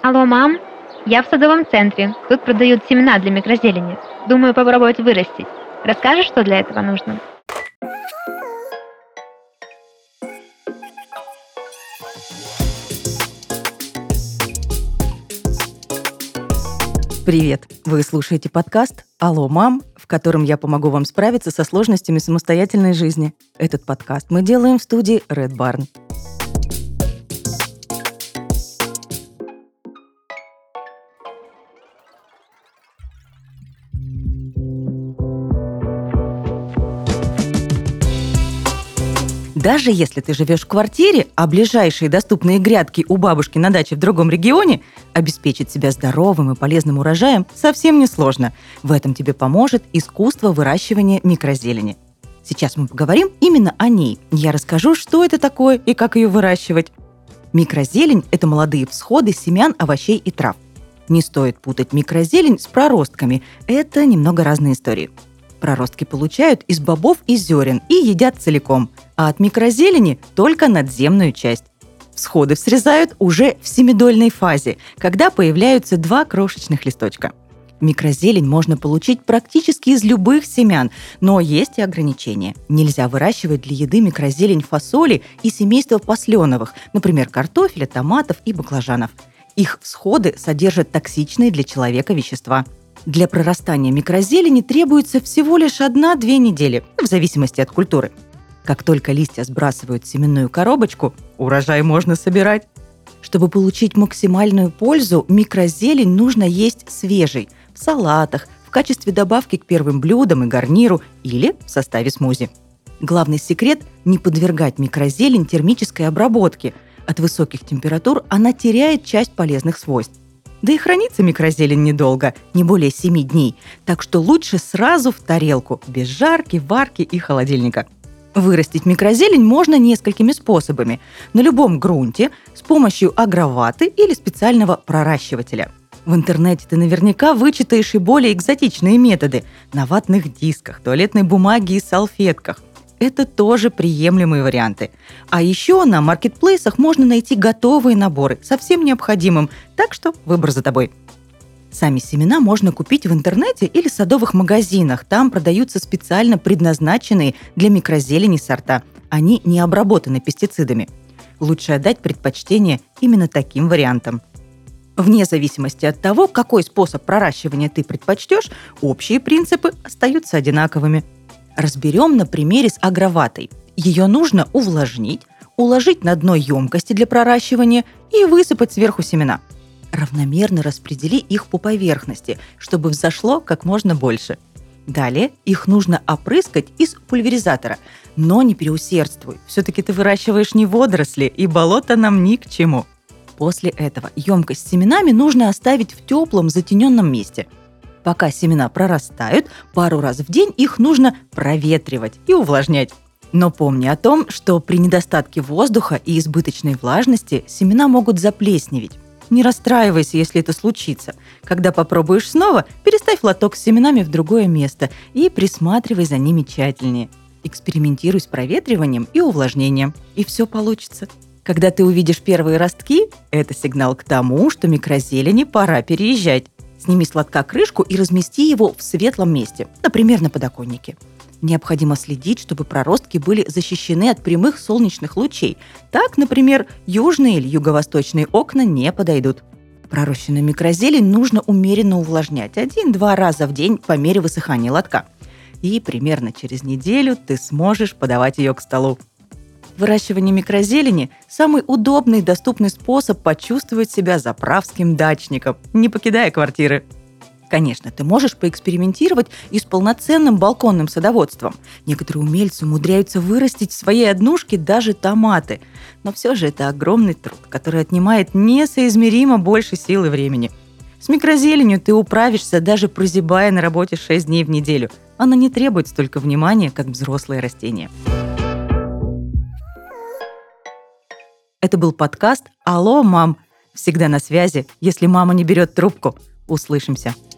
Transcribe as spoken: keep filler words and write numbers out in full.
Алло, мам, я в садовом центре. Тут продают семена для микрозелени. Думаю попробовать вырастить. Расскажешь, что для этого нужно? Привет! Вы слушаете подкаст «Алло, мам», в котором я помогу вам справиться со сложностями самостоятельной жизни. Этот подкаст мы делаем в студии Red Barn. Даже если ты живешь в квартире, а ближайшие доступные грядки у бабушки на даче в другом регионе, обеспечить себя здоровым и полезным урожаем совсем несложно. В этом тебе поможет искусство выращивания микрозелени. Сейчас мы поговорим именно о ней. Я расскажу, что это такое и как ее выращивать. Микрозелень – это молодые всходы семян, овощей и трав. Не стоит путать микрозелень с проростками. Это немного разные истории. Проростки получают из бобов и зерен и едят целиком, а от микрозелени только надземную часть. Всходы срезают уже в семидольной фазе, когда появляются два крошечных листочка. Микрозелень можно получить практически из любых семян, но есть и ограничения. Нельзя выращивать для еды микрозелень фасоли и семейства посленовых, например, картофеля, томатов и баклажанов. Их всходы содержат токсичные для человека вещества. Для прорастания микрозелени требуется всего лишь одна-две недели, в зависимости от культуры. Как только листья сбрасывают семенную коробочку, урожай можно собирать. Чтобы получить максимальную пользу, микрозелень нужно есть свежей, в салатах, в качестве добавки к первым блюдам и гарниру или в составе смузи. Главный секрет – не подвергать микрозелень термической обработке. От высоких температур она теряет часть полезных свойств. Да и хранится микрозелень недолго, не более семи дней, так что лучше сразу в тарелку, без жарки, варки и холодильника. Вырастить микрозелень можно несколькими способами. На любом грунте, с помощью агроваты или специального проращивателя. В интернете ты наверняка вычитаешь и более экзотичные методы – на ватных дисках, туалетной бумаге и салфетках. Это тоже приемлемые варианты. А еще на маркетплейсах можно найти готовые наборы со всем необходимым, так что выбор за тобой. Сами семена можно купить в интернете или садовых магазинах. Там продаются специально предназначенные для микрозелени сорта. Они не обработаны пестицидами. Лучше отдать предпочтение именно таким вариантам. Вне зависимости от того, какой способ проращивания ты предпочтешь, общие принципы остаются одинаковыми. Разберем на примере с агроватой. Ее нужно увлажнить, уложить на дно емкости для проращивания и высыпать сверху семена. Равномерно распредели их по поверхности, чтобы взошло как можно больше. Далее их нужно опрыскать из пульверизатора, но не переусердствуй. Все-таки ты выращиваешь не водоросли, и болото нам ни к чему. После этого емкость с семенами нужно оставить в теплом затененном месте. Пока семена прорастают, пару раз в день их нужно проветривать и увлажнять. Но помни о том, что при недостатке воздуха и избыточной влажности семена могут заплесневеть. Не расстраивайся, если это случится. Когда попробуешь снова, переставь лоток с семенами в другое место и присматривай за ними тщательнее. Экспериментируй с проветриванием и увлажнением, и все получится. Когда ты увидишь первые ростки, это сигнал к тому, что микрозелени пора переезжать. Сними с лотка крышку и размести его в светлом месте, например, на подоконнике. Необходимо следить, чтобы проростки были защищены от прямых солнечных лучей. Так, например, южные или юго-восточные окна не подойдут. Пророщенную микрозелень нужно умеренно увлажнять один-два раза в день по мере высыхания лотка. И примерно через неделю ты сможешь подавать ее к столу. Выращивание микрозелени – самый удобный и доступный способ почувствовать себя заправским дачником, не покидая квартиры. Конечно, ты можешь поэкспериментировать и с полноценным балконным садоводством. Некоторые умельцы умудряются вырастить в своей однушке даже томаты. Но все же это огромный труд, который отнимает несоизмеримо больше сил и времени. С микрозеленью ты управишься, даже прозябая на работе шесть дней в неделю. Она не требует столько внимания, как взрослые растения. Это был подкаст «Алло, мам». Всегда на связи, если мама не берет трубку. Услышимся.